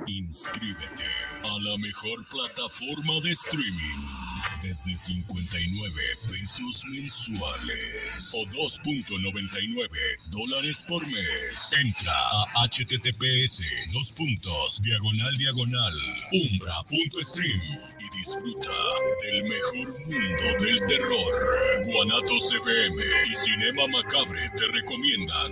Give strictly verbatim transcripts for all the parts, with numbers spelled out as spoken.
Inscríbete a la mejor plataforma de streaming desde cincuenta y nueve pesos mensuales o dos punto noventa y nueve dólares por mes. Entra a https dos puntos diagonal diagonal umbra punto stream y disfruta del mejor mundo del terror. Guanatos F M y Cinema Macabre te recomiendan.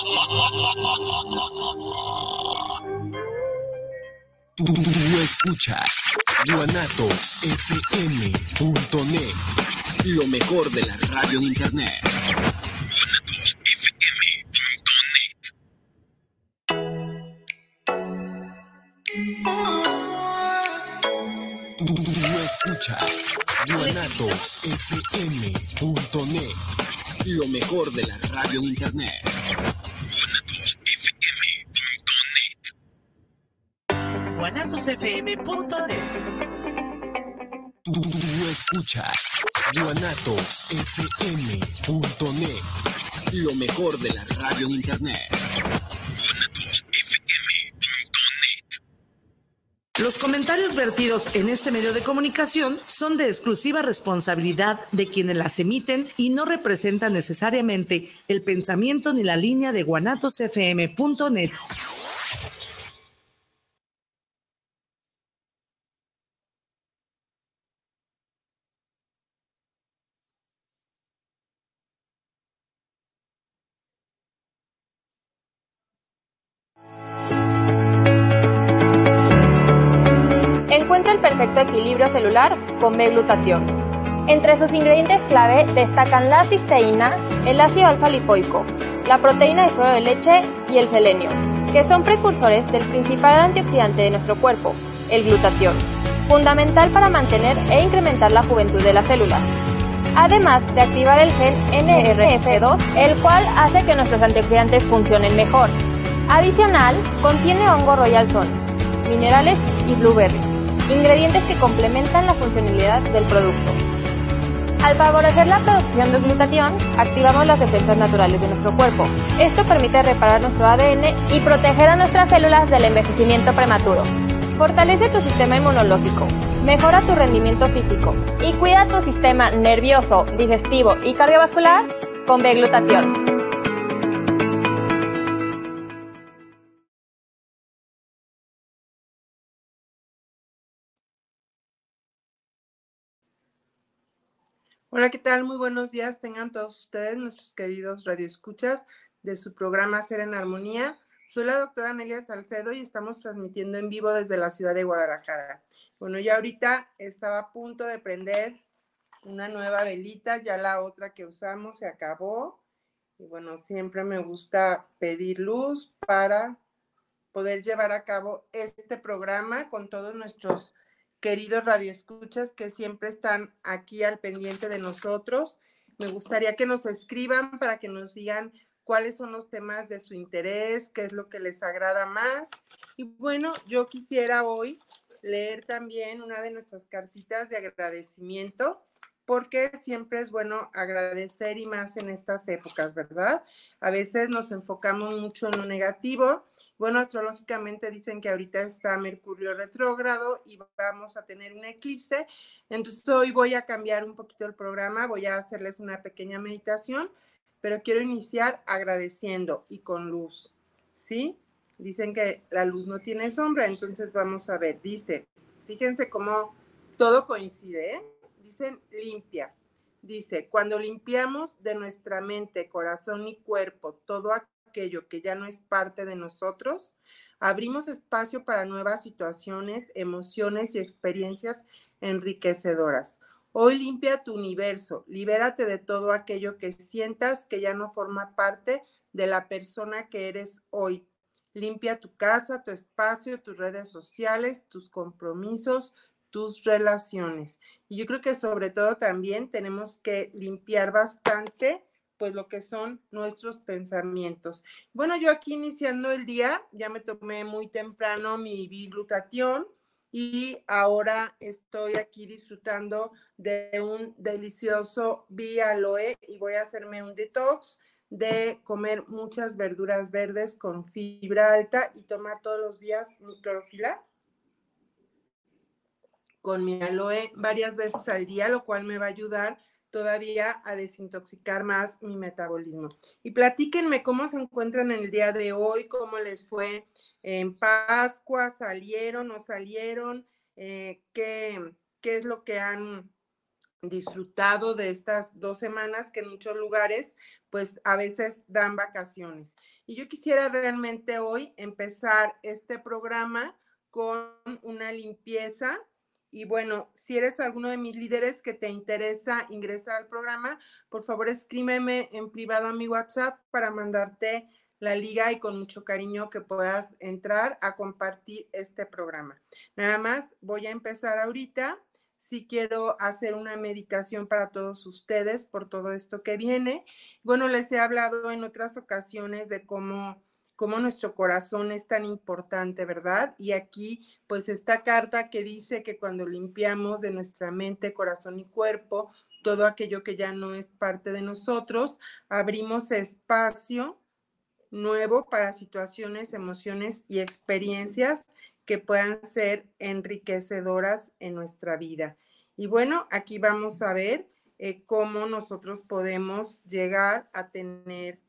Tú, tú, tú escuchas guanatos f m punto net, lo mejor de la radio en internet. guanatos f m punto net. Tú, tú, tú escuchas guanatos f m punto net, lo mejor de la radio en internet. guanatos f m punto net. guanatos f m punto net. Tú, tú, tú escuchas guanatos f m punto net, lo mejor de la radio en internet. guanatos f m punto net. Los comentarios vertidos en este medio de comunicación son de exclusiva responsabilidad de quienes las emiten y no representan necesariamente el pensamiento ni la línea de guanatos f m punto net. Encuentra el perfecto equilibrio celular con B-glutatión. Entre sus ingredientes clave destacan la cisteína, el ácido alfa-lipoico, la proteína de suero de leche y el selenio, que son precursores del principal antioxidante de nuestro cuerpo, el glutatión, fundamental para mantener e incrementar la juventud de las células. Además de activar el gen N R F dos, el cual hace que nuestros antioxidantes funcionen mejor. Adicional, contiene hongo royal son, minerales y blueberry, ingredientes que complementan la funcionalidad del producto. Al favorecer la producción de glutatión, activamos las defensas naturales de nuestro cuerpo. Esto permite reparar nuestro A D N y proteger a nuestras células del envejecimiento prematuro. Fortalece tu sistema inmunológico, mejora tu rendimiento físico y cuida tu sistema nervioso, digestivo y cardiovascular con B-glutatión. Hola, ¿qué tal? Muy buenos días. Tengan todos ustedes, nuestros queridos radioescuchas de su programa Ser en Armonía. Soy la doctora Amelia Salcedo y estamos transmitiendo en vivo desde la ciudad de Guadalajara. Bueno, ya ahorita estaba a punto de prender una nueva velita, ya la otra que usamos se acabó. Y bueno, siempre me gusta pedir luz para poder llevar a cabo este programa con todos nuestros queridos radioescuchas que siempre están aquí al pendiente de nosotros. Me gustaría que nos escriban para que nos digan cuáles son los temas de su interés, qué es lo que les agrada más. Y bueno, yo quisiera hoy leer también una de nuestras cartitas de agradecimiento, porque siempre es bueno agradecer y más en estas épocas, ¿verdad? A veces nos enfocamos mucho en lo negativo. Bueno, astrológicamente dicen que ahorita está Mercurio retrógrado y vamos a tener un eclipse. Entonces hoy voy a cambiar un poquito el programa, voy a hacerles una pequeña meditación, pero quiero iniciar agradeciendo y con luz, ¿sí? Dicen que la luz no tiene sombra, entonces vamos a ver. Dice, fíjense cómo todo coincide, ¿eh? Dicen limpia. Dice, cuando limpiamos de nuestra mente, corazón y cuerpo todo aquello que ya no es parte de nosotros, abrimos espacio para nuevas situaciones, emociones y experiencias enriquecedoras. Hoy limpia tu universo, libérate de todo aquello que sientas que ya no forma parte de la persona que eres hoy. Limpia tu casa, tu espacio, tus redes sociales, tus compromisos, tus relaciones. Y yo creo que sobre todo también tenemos que limpiar bastante pues lo que son nuestros pensamientos. Bueno, yo aquí iniciando el día, ya me tomé muy temprano mi B-glutatión y ahora estoy aquí disfrutando de un delicioso B-aloe y voy a hacerme un detox de comer muchas verduras verdes con fibra alta y tomar todos los días mi clorofila con mi aloe varias veces al día, lo cual me va a ayudar todavía a desintoxicar más mi metabolismo. Y platíquenme cómo se encuentran en el día de hoy, cómo les fue en Pascua, salieron, no salieron, eh, qué, qué es lo que han disfrutado de estas dos semanas que en muchos lugares pues a veces dan vacaciones. Y yo quisiera realmente hoy empezar este programa con una limpieza. Y bueno, si eres alguno de mis líderes que te interesa ingresar al programa, por favor escríbeme en privado a mi WhatsApp para mandarte la liga y con mucho cariño que puedas entrar a compartir este programa. Nada más voy a empezar ahorita. Sí quiero hacer una meditación para todos ustedes por todo esto que viene. Bueno, les he hablado en otras ocasiones de cómo, cómo nuestro corazón es tan importante, ¿verdad? Y aquí, pues esta carta que dice que cuando limpiamos de nuestra mente, corazón y cuerpo, todo aquello que ya no es parte de nosotros, abrimos espacio nuevo para situaciones, emociones y experiencias que puedan ser enriquecedoras en nuestra vida. Y bueno, aquí vamos a ver eh, cómo nosotros podemos llegar a tener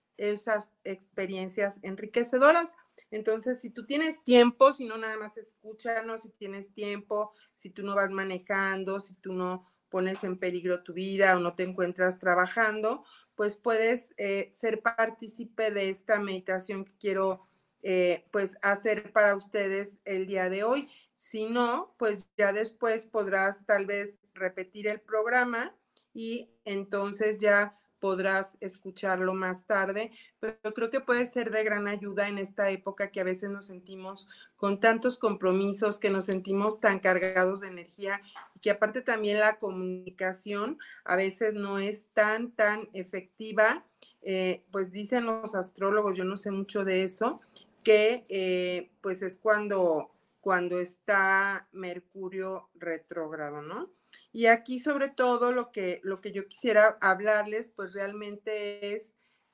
esas experiencias enriquecedoras. Entonces, si tú tienes tiempo, si no nada más escúchanos, si tienes tiempo, si tú no vas manejando, si tú no pones en peligro tu vida o no te encuentras trabajando, pues puedes eh, ser partícipe de esta meditación que quiero eh, pues hacer para ustedes el día de hoy. Si no, pues ya después podrás tal vez repetir el programa y entonces ya podrás escucharlo más tarde, pero creo que puede ser de gran ayuda en esta época que a veces nos sentimos con tantos compromisos, que nos sentimos tan cargados de energía y que aparte también la comunicación a veces no es tan, tan efectiva. Eh, pues dicen los astrólogos, yo no sé mucho de eso, que eh, pues es cuando, cuando está Mercurio retrógrado, ¿no? Y aquí sobre todo lo que, lo que yo quisiera hablarles pues realmente es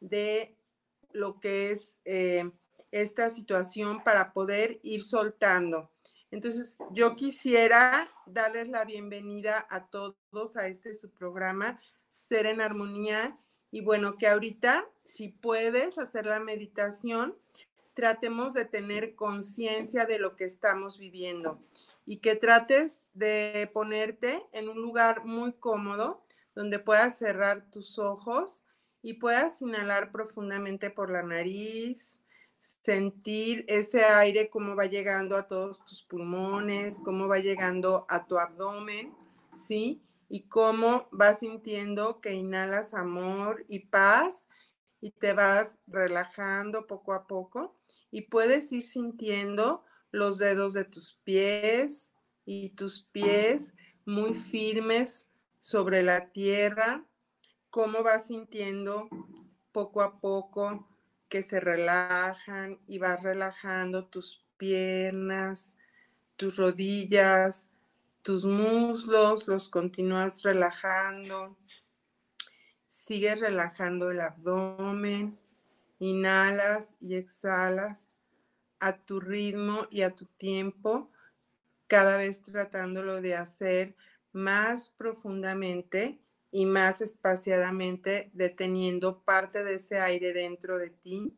de lo que es eh, esta situación para poder ir soltando. Entonces yo quisiera darles la bienvenida a todos a este su programa Ser en Armonía y bueno, que ahorita si puedes hacer la meditación, tratemos de tener conciencia de lo que estamos viviendo y que trates de ponerte en un lugar muy cómodo donde puedas cerrar tus ojos y puedas inhalar profundamente por la nariz, sentir ese aire cómo va llegando a todos tus pulmones, cómo va llegando a tu abdomen, ¿sí? Y cómo vas sintiendo que inhalas amor y paz y te vas relajando poco a poco y puedes ir sintiendo los dedos de tus pies y tus pies muy firmes sobre la tierra, cómo vas sintiendo poco a poco que se relajan y vas relajando tus piernas, tus rodillas, tus muslos, los continúas relajando. Sigues relajando el abdomen, inhalas y exhalas a tu ritmo y a tu tiempo, cada vez tratándolo de hacer más profundamente y más espaciadamente, deteniendo parte de ese aire dentro de ti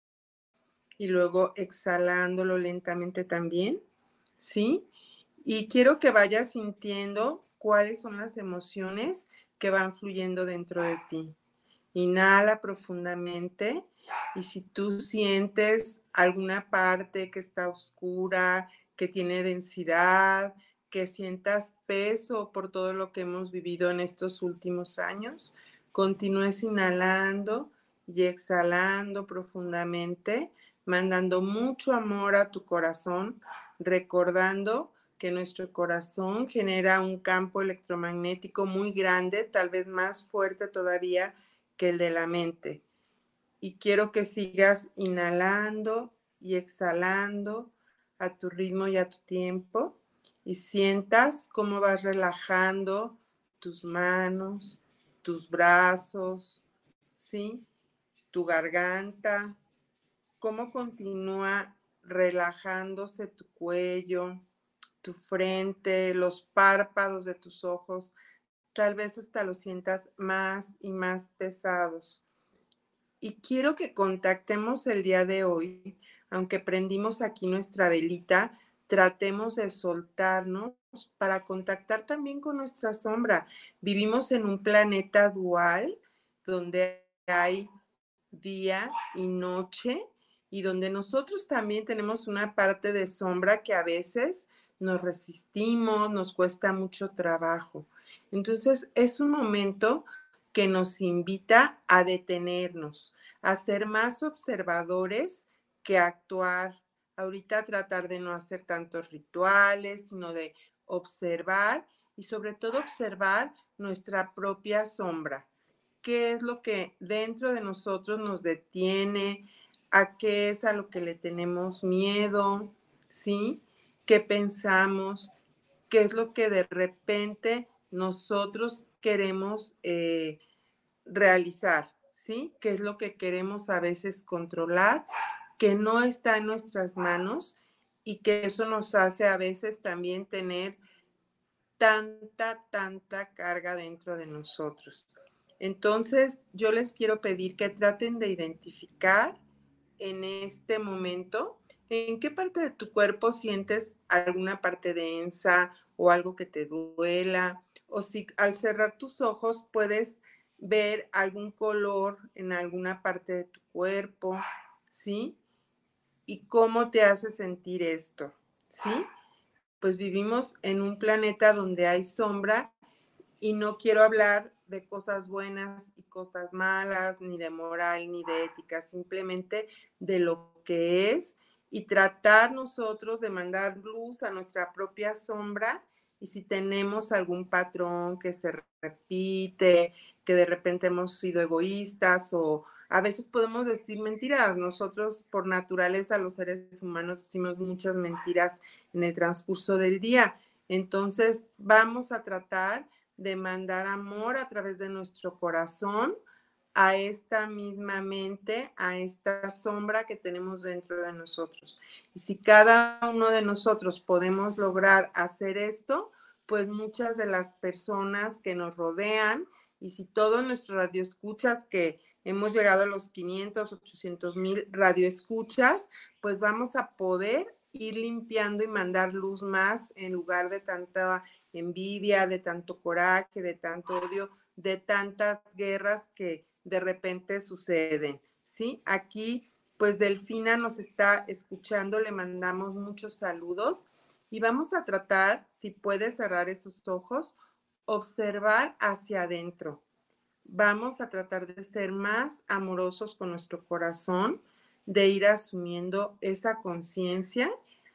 y luego exhalándolo lentamente también, ¿sí? Y quiero que vayas sintiendo cuáles son las emociones que van fluyendo dentro de ti. Inhala profundamente y si tú sientes alguna parte que está oscura, que tiene densidad, que sientas peso por todo lo que hemos vivido en estos últimos años, continúes inhalando y exhalando profundamente, mandando mucho amor a tu corazón, recordando que nuestro corazón genera un campo electromagnético muy grande, tal vez más fuerte todavía que el de la mente. Y quiero que sigas inhalando y exhalando a tu ritmo y a tu tiempo y sientas cómo vas relajando tus manos, tus brazos, ¿sí? tu garganta, cómo continúa relajándose tu cuello, tu frente, los párpados de tus ojos. Tal vez hasta los sientas más y más pesados. Y quiero que contactemos el día de hoy, aunque prendimos aquí nuestra velita, tratemos de soltarnos para contactar también con nuestra sombra. Vivimos en un planeta dual donde hay día y noche y donde nosotros también tenemos una parte de sombra que a veces nos resistimos, nos cuesta mucho trabajo. Entonces es un momento que nos invita a detenernos, a ser más observadores que actuar. Ahorita tratar de no hacer tantos rituales, sino de observar y sobre todo observar nuestra propia sombra. ¿Qué es lo que dentro de nosotros nos detiene? ¿A qué es a lo que le tenemos miedo? ¿Sí? ¿Qué pensamos? ¿Qué es lo que de repente nosotros queremos eh, realizar? ¿Sí? ¿Qué es lo que queremos a veces controlar? Que no está en nuestras manos y que eso nos hace a veces también tener tanta, tanta carga dentro de nosotros. Entonces, yo les quiero pedir que traten de identificar en este momento en qué parte de tu cuerpo sientes alguna parte densa o algo que te duela, o si al cerrar tus ojos puedes ver algún color en alguna parte de tu cuerpo, ¿sí? ¿Y cómo te hace sentir esto? ¿Sí? Pues vivimos en un planeta donde hay sombra y no quiero hablar de cosas buenas y cosas malas, ni de moral, ni de ética, simplemente de lo que es y tratar nosotros de mandar luz a nuestra propia sombra y si tenemos algún patrón que se repite, que de repente hemos sido egoístas o a veces podemos decir mentiras. Nosotros por naturaleza los seres humanos decimos muchas mentiras en el transcurso del día. Entonces vamos a tratar de mandar amor a través de nuestro corazón a esta misma mente, a esta sombra que tenemos dentro de nosotros. Y si cada uno de nosotros podemos lograr hacer esto, pues muchas de las personas que nos rodean y si todos nuestros radioescuchas que hemos llegado a los quinientos, ochocientos mil radioescuchas, pues vamos a poder ir limpiando y mandar luz más en lugar de tanta envidia, de tanto coraje, de tanto odio, de tantas guerras que de repente suceden, ¿sí? Aquí, pues Delfina nos está escuchando, le mandamos muchos saludos y vamos a tratar, si puede cerrar esos ojos, observar hacia adentro. Vamos a tratar de ser más amorosos con nuestro corazón, de ir asumiendo esa conciencia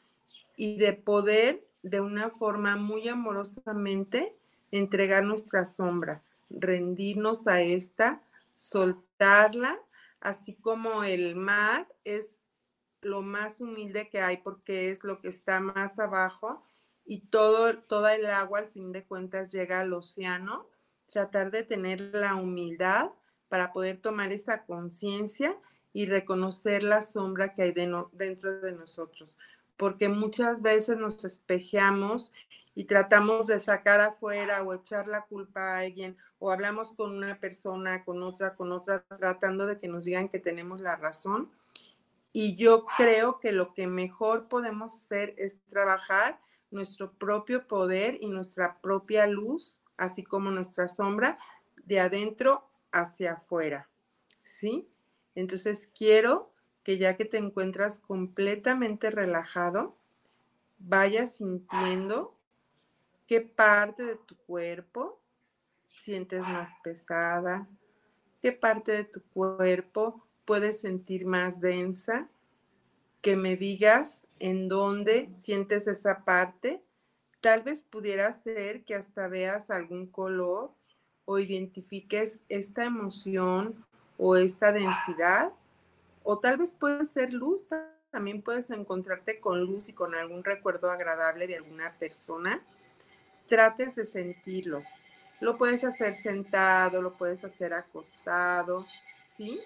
y de poder de una forma muy amorosamente entregar nuestra sombra, rendirnos a esta, soltarla, así como el mar es lo más humilde que hay porque es lo que está más abajo y todo, toda el agua al fin de cuentas llega al océano, tratar de tener la humildad para poder tomar esa conciencia y reconocer la sombra que hay de no, dentro de nosotros. Porque muchas veces nos espejeamos y tratamos de sacar afuera o echar la culpa a alguien o hablamos con una persona, con otra, con otra, tratando de que nos digan que tenemos la razón. Y yo creo que lo que mejor podemos hacer es trabajar nuestro propio poder y nuestra propia luz, así como nuestra sombra, de adentro hacia afuera, ¿sí? Entonces quiero que ya que te encuentras completamente relajado, vayas sintiendo qué parte de tu cuerpo sientes más pesada, qué parte de tu cuerpo puedes sentir más densa, que me digas en dónde sientes esa parte. Tal vez pudiera ser que hasta veas algún color o identifiques esta emoción o esta densidad. O tal vez puede ser luz, también puedes encontrarte con luz y con algún recuerdo agradable de alguna persona. Trates de sentirlo. Lo puedes hacer sentado, lo puedes hacer acostado, ¿sí?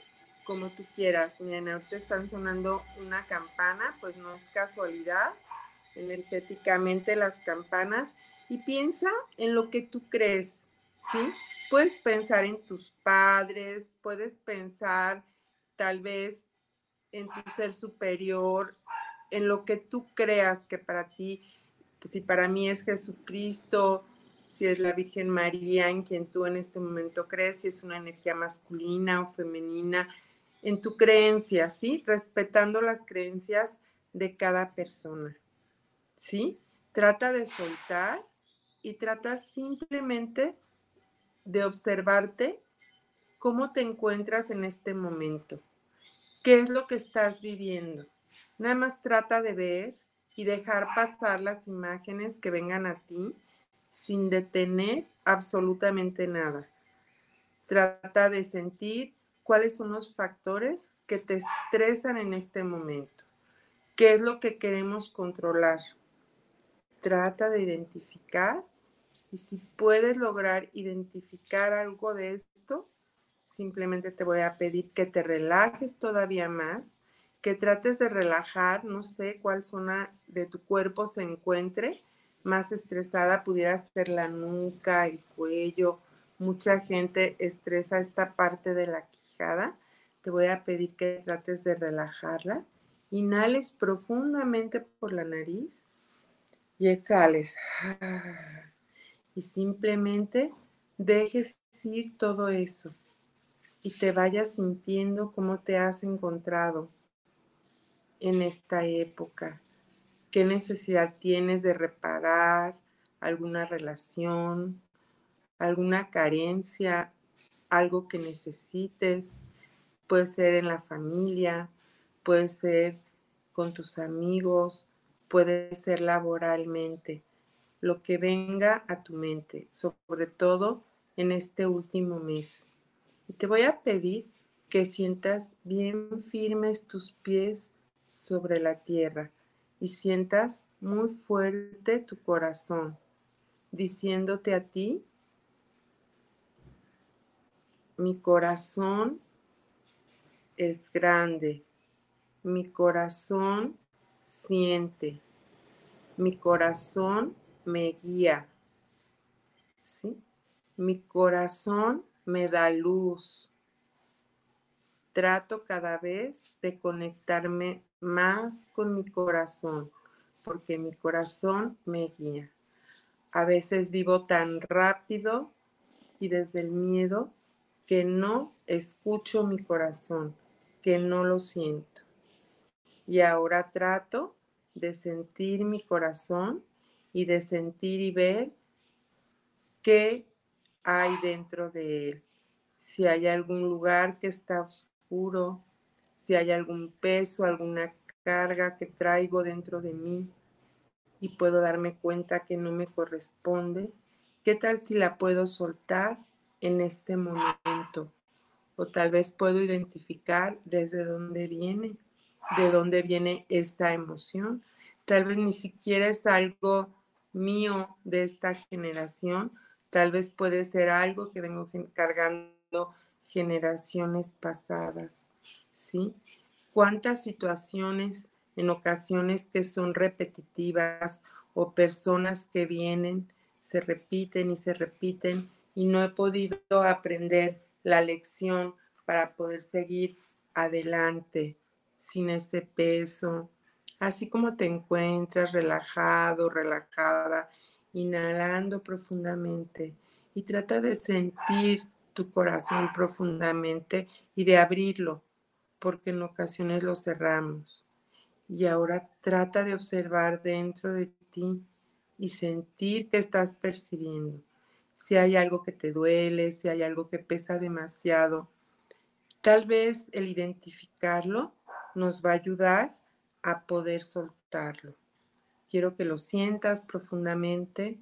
como tú quieras. Miren, ahorita están sonando una campana, pues no es casualidad, energéticamente las campanas, y piensa en lo que tú crees, ¿sí? Puedes pensar en tus padres, puedes pensar tal vez en tu ser superior, en lo que tú creas que para ti, pues si para mí es Jesucristo, si es la Virgen María en quien tú en este momento crees, si es una energía masculina o femenina, en tu creencia, ¿sí? Respetando las creencias de cada persona, ¿sí? Trata de soltar y trata simplemente de observarte cómo te encuentras en este momento. ¿Qué es lo que estás viviendo? Nada más trata de ver y dejar pasar las imágenes que vengan a ti sin detener absolutamente nada. Trata de sentir cuáles son los factores que te estresan en este momento. ¿Qué es lo que queremos controlar? Trata de identificar, y si puedes lograr identificar algo de esto, simplemente te voy a pedir que te relajes todavía más, que trates de relajar, no sé cuál zona de tu cuerpo se encuentre más estresada, pudiera ser la nuca, el cuello. Mucha gente estresa esta parte de la quijada. Te voy a pedir que trates de relajarla. Inhales profundamente por la nariz y exhales. Y simplemente dejes ir todo eso y te vayas sintiendo cómo te has encontrado en esta época. ¿Qué necesidad tienes de reparar alguna relación, alguna carencia, algo que necesites? Puede ser en la familia, puede ser con tus amigos, puede ser laboralmente. Lo que venga a tu mente, sobre todo en este último mes. Y te voy a pedir que sientas bien firmes tus pies sobre la tierra y sientas muy fuerte tu corazón, diciéndote a ti: mi corazón es grande, mi corazón siente, mi corazón me guía, ¿sí? Mi corazón me da luz. Trato cada vez de conectarme más con mi corazón, porque mi corazón me guía. A veces vivo tan rápido y desde el miedo que no escucho mi corazón, que no lo siento. Y ahora trato de sentir mi corazón y de sentir y ver qué hay dentro de él. Si hay algún lugar que está oscuro, si hay algún peso, alguna carga que traigo dentro de mí y puedo darme cuenta que no me corresponde, ¿qué tal si la puedo soltar en este momento? O tal vez puedo identificar desde dónde viene, de dónde viene esta emoción. Tal vez ni siquiera es algo mío de esta generación, tal vez puede ser algo que vengo cargando generaciones pasadas, ¿sí? ¿Cuántas situaciones en ocasiones que son repetitivas o personas que vienen, se repiten y se repiten y no he podido aprender la lección para poder seguir adelante sin ese peso? Así como te encuentras relajado, relajada, inhalando profundamente y trata de sentir tu corazón profundamente y de abrirlo, porque en ocasiones lo cerramos. Y ahora trata de observar dentro de ti y sentir qué estás percibiendo. Si hay algo que te duele, si hay algo que pesa demasiado, tal vez el identificarlo nos va a ayudar a poder soltarlo. Quiero que lo sientas profundamente,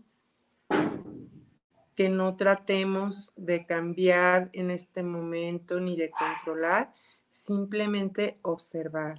que no tratemos de cambiar en este momento ni de controlar, simplemente observar.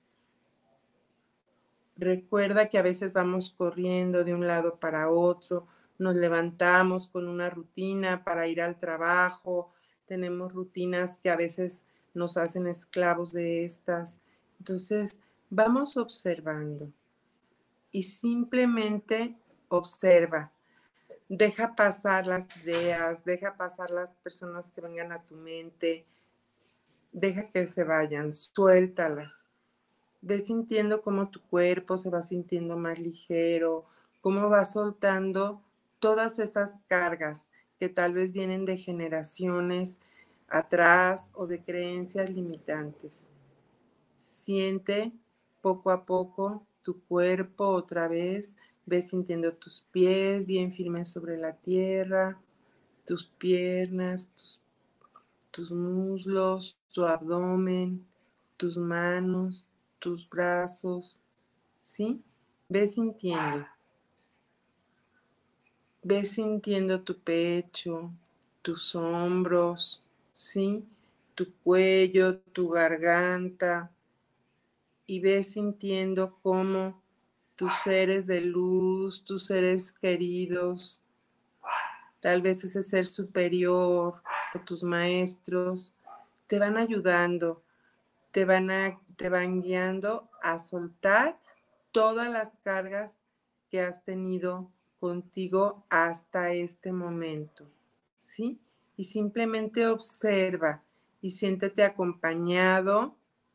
Recuerda que a veces vamos corriendo de un lado para otro, nos levantamos con una rutina para ir al trabajo, tenemos rutinas que a veces nos hacen esclavos de estas. Entonces, vamos observando y simplemente observa. Deja pasar las ideas, deja pasar las personas que vengan a tu mente, deja que se vayan, suéltalas. Ves sintiendo cómo tu cuerpo se va sintiendo más ligero, cómo va soltando todas esas cargas que tal vez vienen de generaciones atrás o de creencias limitantes. Siente poco a poco tu cuerpo otra vez, ves sintiendo tus pies bien firmes sobre la tierra, tus piernas, tus, tus muslos, tu abdomen, tus manos, tus brazos, ¿sí? Ves sintiendo. Ves sintiendo tu pecho, tus hombros, ¿sí? Tu cuello, tu garganta. Y ves sintiendo cómo tus seres de luz, tus seres queridos, tal vez ese ser superior o tus maestros, te van ayudando, te van, a, te van guiando a soltar todas las cargas que has tenido contigo hasta este momento, ¿sí? Y simplemente observa y siéntete acompañado.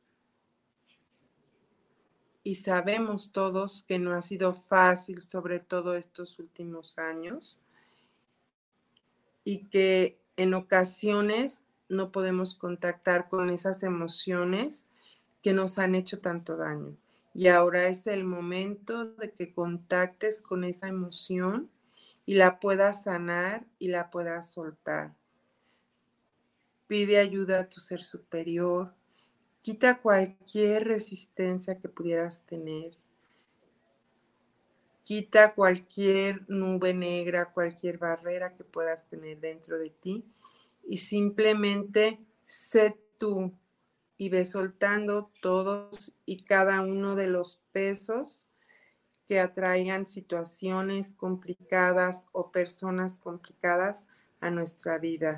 Y sabemos todos que no ha sido fácil, sobre todo estos últimos años, y que en ocasiones no podemos contactar con esas emociones que nos han hecho tanto daño. Y ahora es el momento de que contactes con esa emoción y la puedas sanar y la puedas soltar. Pide ayuda a tu ser superior. Quita cualquier resistencia que pudieras tener. Quita cualquier nube negra, cualquier barrera que puedas tener dentro de ti y simplemente sé tú y ve soltando todos y cada uno de los pesos que atraigan situaciones complicadas o personas complicadas a nuestra vida.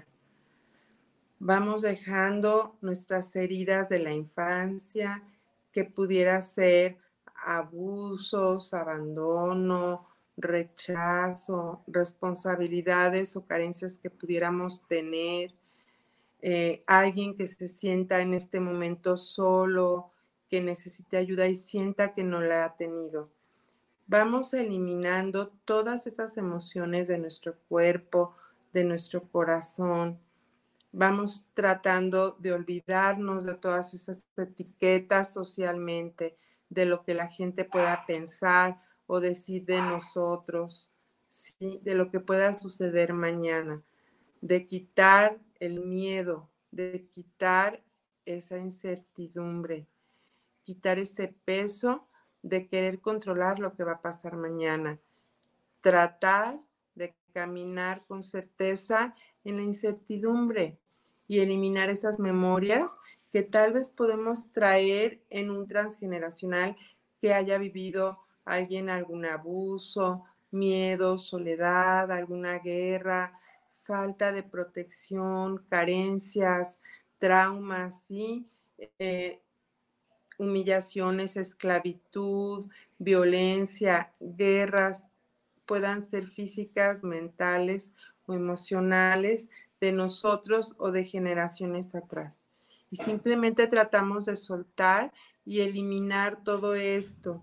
Vamos dejando nuestras heridas de la infancia, que pudiera ser abusos, abandono, rechazo, responsabilidades o carencias que pudiéramos tener, eh, alguien que se sienta en este momento solo, que necesite ayuda y sienta que no la ha tenido. Vamos eliminando todas esas emociones de nuestro cuerpo, de nuestro corazón. Vamos tratando de olvidarnos de todas esas etiquetas socialmente, de lo que la gente pueda pensar o decir de nosotros, ¿sí? De lo que pueda suceder mañana, de quitar el miedo, de quitar esa incertidumbre, quitar ese peso de querer controlar lo que va a pasar mañana, tratar de caminar con certeza en la incertidumbre y eliminar esas memorias que tal vez podemos traer en un transgeneracional que haya vivido alguien algún abuso, miedo, soledad, alguna guerra, falta de protección, carencias, traumas, ¿sí? Eh, humillaciones, esclavitud, violencia, guerras, puedan ser físicas, mentales o emocionales de nosotros o de generaciones atrás. Y simplemente tratamos de soltar y eliminar todo esto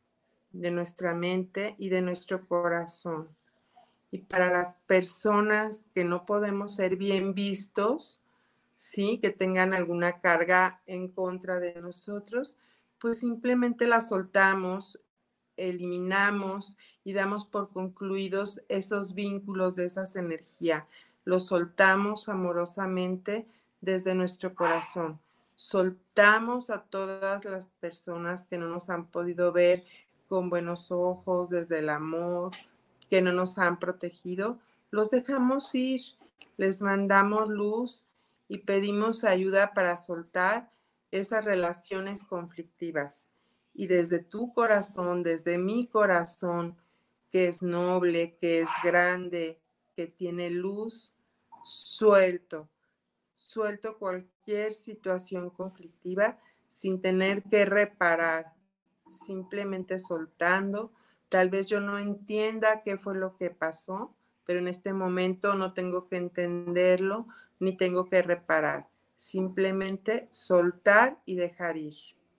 de nuestra mente y de nuestro corazón. Y para las personas que no podemos ser bien vistos, sí, que tengan alguna carga en contra de nosotros, pues simplemente la soltamos, eliminamos y damos por concluidos esos vínculos de esas energías. Los soltamos amorosamente desde nuestro corazón. Soltamos a todas las personas que no nos han podido ver con buenos ojos, desde el amor, que no nos han protegido. Los dejamos ir, les mandamos luz y pedimos ayuda para soltar esas relaciones conflictivas. Y desde tu corazón, desde mi corazón, que es noble, que es grande, que tiene luz, suelto, suelto cualquier situación conflictiva sin tener que reparar, simplemente soltando. Tal vez yo no entienda qué fue lo que pasó, pero en este momento no tengo que entenderlo ni tengo que reparar. Simplemente soltar y dejar ir.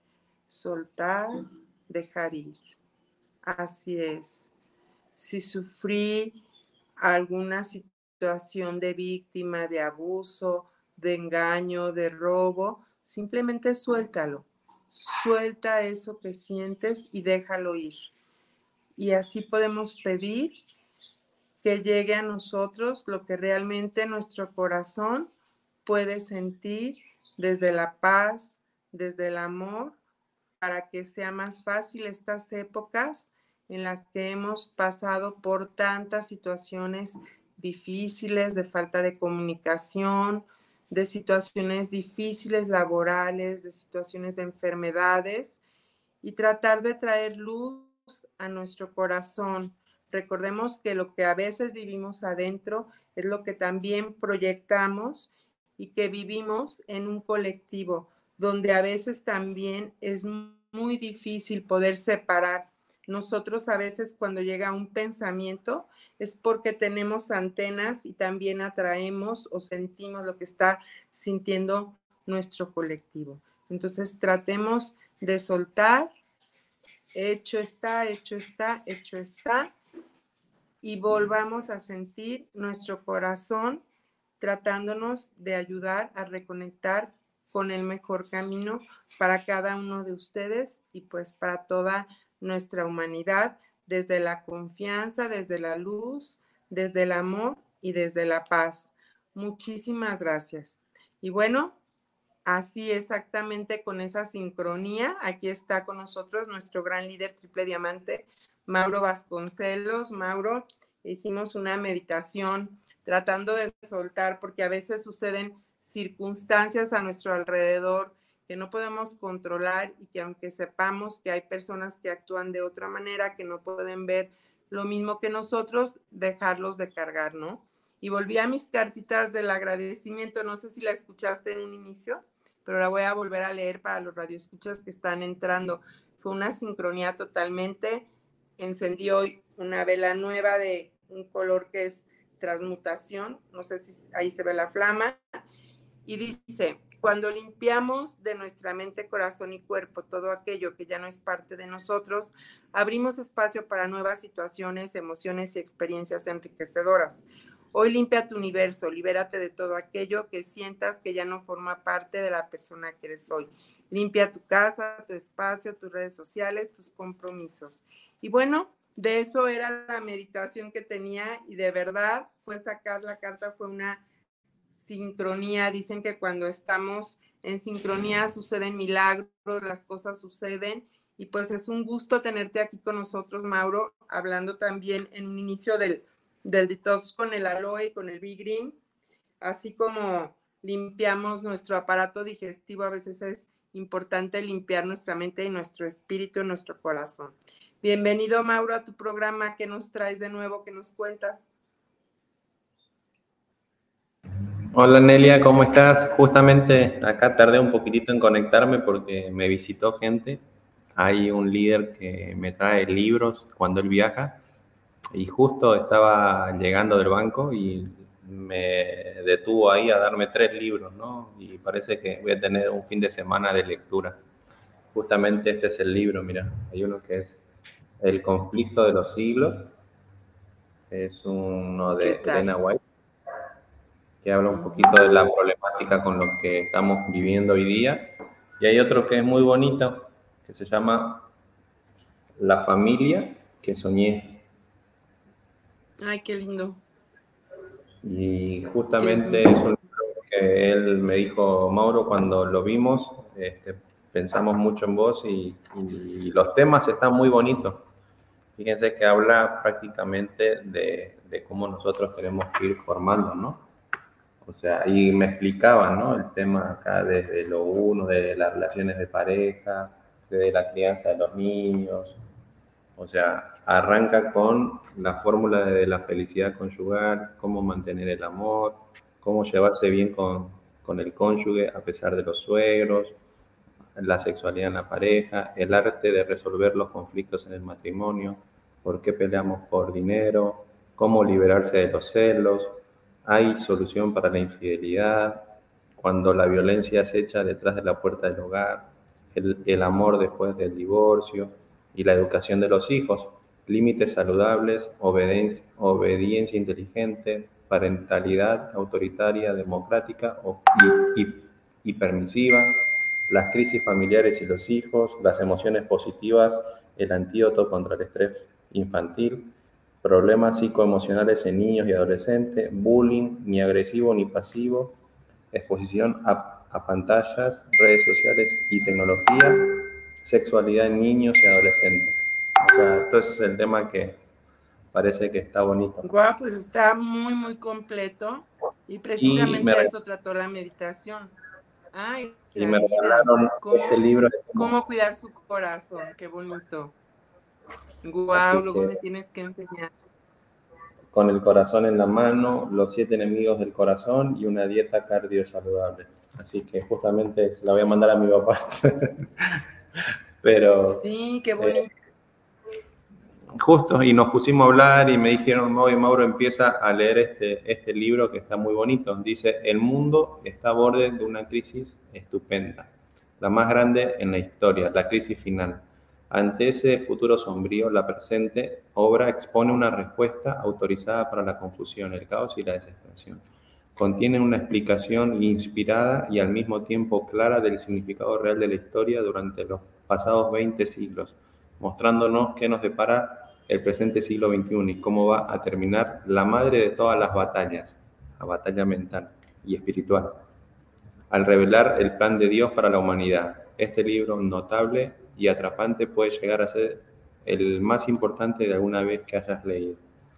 Soltar, dejar ir. Así es. Si sufrí alguna situación de víctima, de abuso, de engaño, de robo, simplemente suéltalo. Suelta eso que sientes y déjalo ir. Y así podemos pedir que llegue a nosotros lo que realmente nuestro corazón puede sentir desde la paz, desde el amor, para que sea más fácil estas épocas en las que hemos pasado por tantas situaciones difíciles de falta de comunicación, de situaciones difíciles laborales, de situaciones de enfermedades, y tratar de traer luz a nuestro corazón. Recordemos que lo que a veces vivimos adentro es lo que también proyectamos y que vivimos en un colectivo, donde a veces también es muy difícil poder separar. Nosotros a veces cuando llega un pensamiento es porque tenemos antenas y también atraemos o sentimos lo que está sintiendo nuestro colectivo. Entonces tratemos de soltar. Hecho está, hecho está, hecho está. Y volvamos a sentir nuestro corazón tratándonos de ayudar a reconectar con el mejor camino para cada uno de ustedes y pues para toda nuestra humanidad, desde la confianza, desde la luz, desde el amor y desde la paz. Muchísimas gracias. Y bueno, así exactamente con esa sincronía, aquí está con nosotros nuestro gran líder triple diamante, Mauro Vasconcelos. Mauro, hicimos una meditación tratando de soltar, porque a veces suceden circunstancias a nuestro alrededor que no podemos controlar y que aunque sepamos que hay personas que actúan de otra manera, que no pueden ver lo mismo que nosotros, dejarlos de cargar, ¿no? Y volví a mis cartitas del agradecimiento, no sé si la escuchaste en un inicio, pero la voy a volver a leer para los radioescuchas que están entrando. Fue una sincronía totalmente. Encendí hoy una vela nueva de un color que es transmutación, no sé si ahí se ve la flama, y dice: cuando limpiamos de nuestra mente, corazón y cuerpo todo aquello que ya no es parte de nosotros, abrimos espacio para nuevas situaciones, emociones y experiencias enriquecedoras. Hoy limpia tu universo, libérate de todo aquello que sientas que ya no forma parte de la persona que eres hoy. Limpia tu casa, tu espacio, tus redes sociales, tus compromisos. Y bueno, de eso era la meditación que tenía y de verdad fue sacar la carta, fue una sincronía. Dicen que cuando estamos en sincronía suceden milagros, las cosas suceden y pues es un gusto tenerte aquí con nosotros, Mauro, hablando también en un inicio del, del detox con el aloe y con el Big Green, así como limpiamos nuestro aparato digestivo, a veces es importante limpiar nuestra mente y nuestro espíritu, nuestro corazón. Bienvenido, Mauro, a tu programa. ¿Qué nos traes de nuevo? ¿Qué nos cuentas? Hola Nelia, ¿cómo estás? Justamente acá tardé un poquitito en conectarme porque me visitó gente. Hay un líder que me trae libros cuando él viaja y justo estaba llegando del banco y me detuvo ahí a darme tres libros, ¿no? Y parece que voy a tener un fin de semana de lectura. Justamente este es el libro, mira, hay uno que es El conflicto de los siglos, es uno de Elena White, que habla un poquito de la problemática con lo que estamos viviendo hoy día. Y hay otro que es muy bonito, que se llama La familia que soñé. Ay, qué lindo. Y justamente es un libro que él me dijo: Mauro, cuando lo vimos, este, pensamos mucho en vos y, y los temas están muy bonitos. Fíjense que habla prácticamente de, de cómo nosotros queremos ir formando, ¿no? O sea, y me explicaban, ¿no? El tema acá desde lo uno, de las relaciones de pareja, de la crianza de los niños. O sea, arranca con la fórmula de la felicidad conyugal, cómo mantener el amor, cómo llevarse bien con, con el cónyuge a pesar de los suegros, la sexualidad en la pareja, el arte de resolver los conflictos en el matrimonio, por qué peleamos por dinero, cómo liberarse de los celos, hay solución para la infidelidad, cuando la violencia acecha detrás de la puerta del hogar, el, el amor después del divorcio y la educación de los hijos, límites saludables, obediencia, obediencia inteligente, parentalidad autoritaria, democrática y, y, y permisiva, las crisis familiares y los hijos, las emociones positivas, el antídoto contra el estrés infantil, problemas psicoemocionales en niños y adolescentes, bullying, ni agresivo ni pasivo, exposición a, a pantallas, redes sociales y tecnología, sexualidad en niños y adolescentes. O sea, todo ese es el tema que parece que está bonito. Guau, pues está muy, muy completo y precisamente y me, eso trató la meditación. Ay, y me regalaron este libro. Cómo cuidar su corazón, qué bonito. Guau, luego que, me tienes que enseñar. Con el corazón en la mano, los siete enemigos del corazón y una dieta cardio saludable. Así que justamente se la voy a mandar a mi papá. Pero... Sí, qué bonito. Eh, Justo, y nos pusimos a hablar y me dijeron, oye, Mauro, empieza a leer este, este libro que está muy bonito. Dice, el mundo está a borde de una crisis estupenda, la más grande en la historia, la crisis final. Ante ese futuro sombrío, la presente obra expone una respuesta autorizada para la confusión, el caos y la desesperación. Contiene una explicación inspirada y al mismo tiempo clara del significado real de la historia durante los pasados veinte siglos, mostrándonos qué nos depara el presente siglo veintiuno y cómo va a terminar la madre de todas las batallas, la batalla mental y espiritual, al revelar el plan de Dios para la humanidad. Este libro notable y atrapante puede llegar a ser el más importante de alguna vez que hayas leído,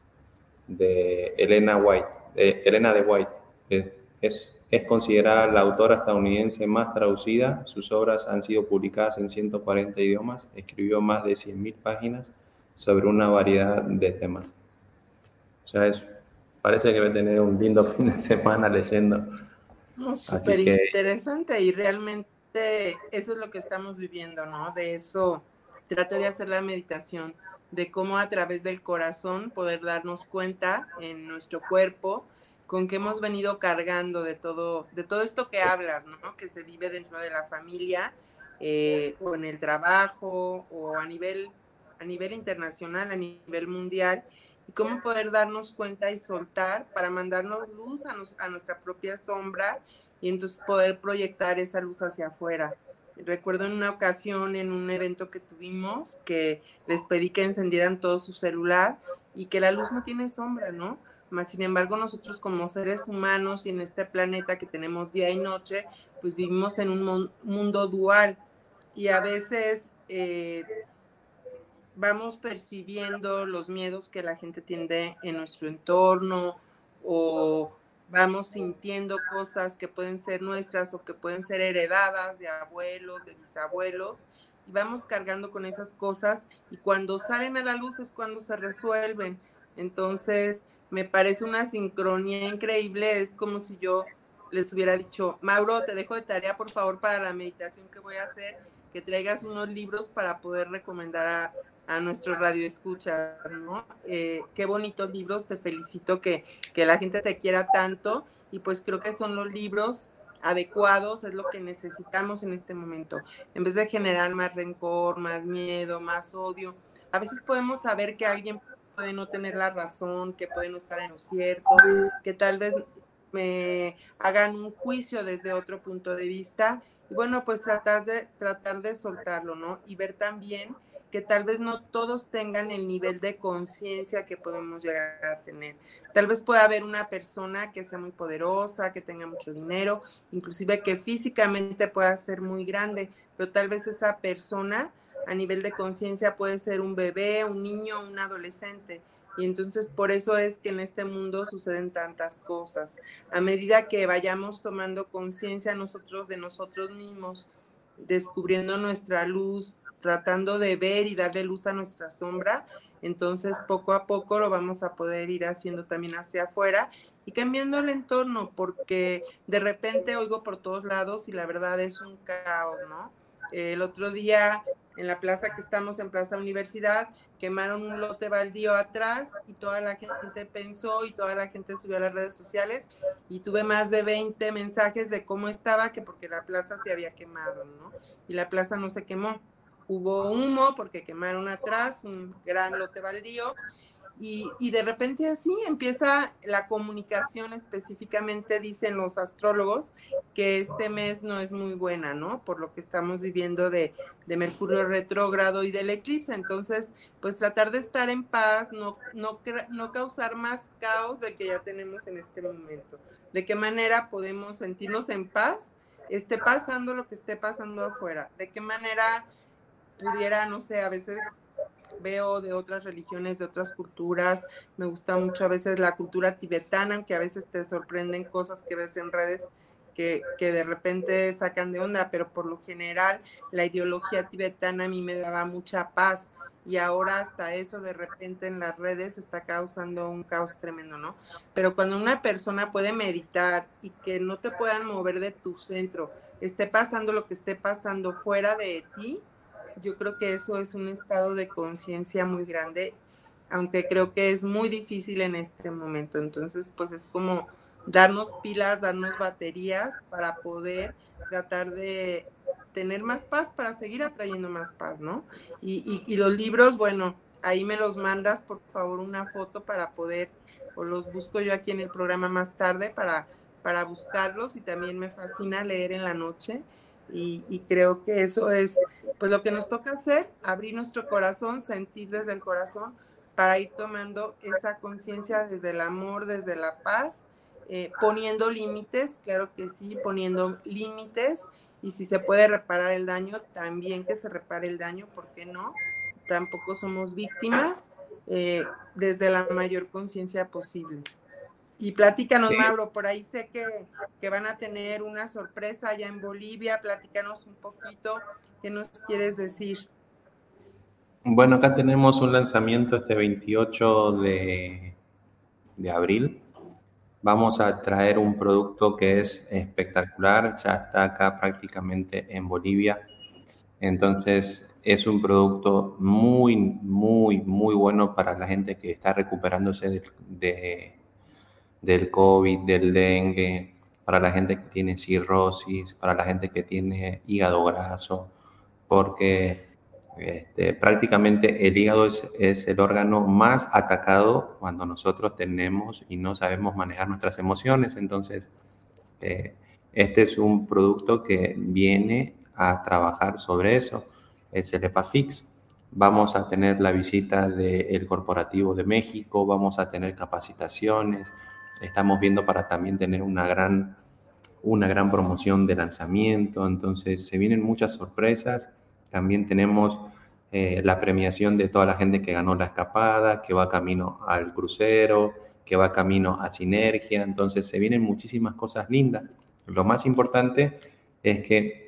de Elena White, de Elena de White. Es, es considerada la autora estadounidense más traducida. Sus obras han sido publicadas en ciento cuarenta idiomas. Escribió más de cien mil páginas sobre una variedad de temas. O sea, es, parece que va a tener un lindo fin de semana leyendo. No, súper interesante y realmente eso es lo que estamos viviendo, ¿no? De eso trata de hacer la meditación, de cómo a través del corazón poder darnos cuenta en nuestro cuerpo con qué hemos venido cargando de todo, de todo esto que hablas, ¿no? Que se vive dentro de la familia, eh, o en el trabajo, o a nivel, a nivel internacional, a nivel mundial, y cómo poder darnos cuenta y soltar para mandarnos luz a, nos, a nuestra propia sombra y entonces poder proyectar esa luz hacia afuera. Recuerdo en una ocasión, en un evento que tuvimos, que les pedí que encendieran todo su celular y que la luz no tiene sombra, ¿no? Mas, sin embargo, nosotros como seres humanos y en este planeta que tenemos día y noche, pues vivimos en un mundo dual y a veces eh, vamos percibiendo los miedos que la gente tiene en nuestro entorno o vamos sintiendo cosas que pueden ser nuestras o que pueden ser heredadas de abuelos, de bisabuelos, y vamos cargando con esas cosas y cuando salen a la luz es cuando se resuelven. Entonces, me parece una sincronía increíble, es como si yo les hubiera dicho, Mauro, te dejo de tarea, por favor, para la meditación que voy a hacer, que traigas unos libros para poder recomendar a, a nuestros radioescuchas, ¿no? Eh, qué bonitos libros, te felicito que, que la gente te quiera tanto, y pues creo que son los libros adecuados, es lo que necesitamos en este momento. En vez de generar más rencor, más miedo, más odio, a veces podemos saber que alguien puede no tener la razón, que puede no estar en lo cierto, que tal vez me hagan un juicio desde otro punto de vista, y bueno, pues tratar de, tratar de soltarlo, ¿no? Y ver también que tal vez no todos tengan el nivel de conciencia que podemos llegar a tener. Tal vez pueda haber una persona que sea muy poderosa, que tenga mucho dinero, inclusive que físicamente pueda ser muy grande, pero tal vez esa persona a nivel de conciencia puede ser un bebé, un niño, un adolescente. Y entonces por eso es que en este mundo suceden tantas cosas. A medida que vayamos tomando conciencia nosotros de nosotros mismos, descubriendo nuestra luz, tratando de ver y darle luz a nuestra sombra, entonces poco a poco lo vamos a poder ir haciendo también hacia afuera y cambiando el entorno, porque de repente oigo por todos lados y la verdad es un caos, ¿no? El otro día en la plaza que estamos, en Plaza Universidad, quemaron un lote baldío atrás y toda la gente pensó y toda la gente subió a las redes sociales y tuve más de veinte mensajes de cómo estaba, que porque la plaza se había quemado, ¿no? Y la plaza no se quemó. Hubo humo porque quemaron atrás un gran lote baldío. Y, y de repente así empieza la comunicación, específicamente dicen los astrólogos que este mes no es muy buena, ¿no? Por lo que estamos viviendo de, de Mercurio retrógrado y del eclipse. Entonces, pues tratar de estar en paz, no, no, no causar más caos del que ya tenemos en este momento. ¿De qué manera podemos sentirnos en paz? Esté pasando lo que esté pasando afuera. ¿De qué manera pudiera, no sé, a veces veo de otras religiones, de otras culturas, me gusta mucho a veces la cultura tibetana, aunque a veces te sorprenden cosas que ves en redes que, que de repente sacan de onda, pero por lo general la ideología tibetana a mí me daba mucha paz y ahora hasta eso de repente en las redes está causando un caos tremendo, ¿no? Pero cuando una persona puede meditar y que no te puedan mover de tu centro, esté pasando lo que esté pasando fuera de ti, yo creo que eso es un estado de conciencia muy grande, aunque creo que es muy difícil en este momento. Entonces, pues es como darnos pilas, darnos baterías para poder tratar de tener más paz, para seguir atrayendo más paz, ¿no? Y, y, y los libros, bueno, ahí me los mandas, por favor, una foto para poder, o los busco yo aquí en el programa más tarde para, para buscarlos, y también me fascina leer en la noche. Y, y creo que eso es pues lo que nos toca hacer, abrir nuestro corazón, sentir desde el corazón para ir tomando esa conciencia desde el amor, desde la paz, eh, poniendo límites, claro que sí, poniendo límites, y si se puede reparar el daño, también que se repare el daño, ¿por qué no? Tampoco somos víctimas, eh, desde la mayor conciencia posible. Y platícanos, sí. Mauro, por ahí sé que, que van a tener una sorpresa allá en Bolivia, platícanos un poquito, ¿qué nos quieres decir? Bueno, acá tenemos un lanzamiento este veintiocho de, de abril. Vamos a traer un producto que es espectacular, ya está acá prácticamente en Bolivia. Entonces, es un producto muy, muy, muy bueno para la gente que está recuperándose de... de del COVID, del dengue, para la gente que tiene cirrosis, para la gente que tiene hígado graso, porque este, prácticamente el hígado es, es el órgano más atacado cuando nosotros tenemos y no sabemos manejar nuestras emociones. Entonces, eh, este es un producto que viene a trabajar sobre eso, es el Epafix. Vamos a tener la visita del Corporativo de México, vamos a tener capacitaciones. Estamos viendo para también tener una gran, una gran promoción de lanzamiento, entonces se vienen muchas sorpresas. También tenemos eh, la premiación de toda la gente que ganó la escapada, que va camino al crucero, que va camino a Sinergia, entonces se vienen muchísimas cosas lindas. Lo más importante es que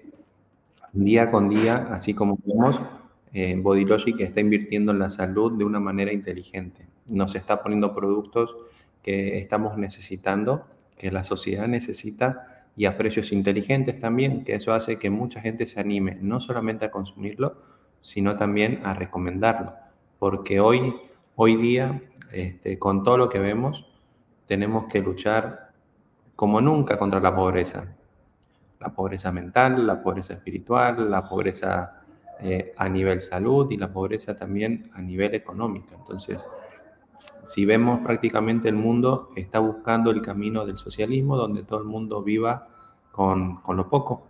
día con día, así como vemos, eh, Bodylogic está invirtiendo en la salud de una manera inteligente. Nos está poniendo productos que estamos necesitando, que la sociedad necesita, y a precios inteligentes también, que eso hace que mucha gente se anime no solamente a consumirlo, sino también a recomendarlo, porque hoy, hoy día, este, con todo lo que vemos, tenemos que luchar como nunca contra la pobreza. La pobreza mental, la pobreza espiritual, la pobreza eh, a nivel salud y la pobreza también a nivel económico. Entonces, si vemos, prácticamente el mundo está buscando el camino del socialismo, donde todo el mundo viva con, con lo poco.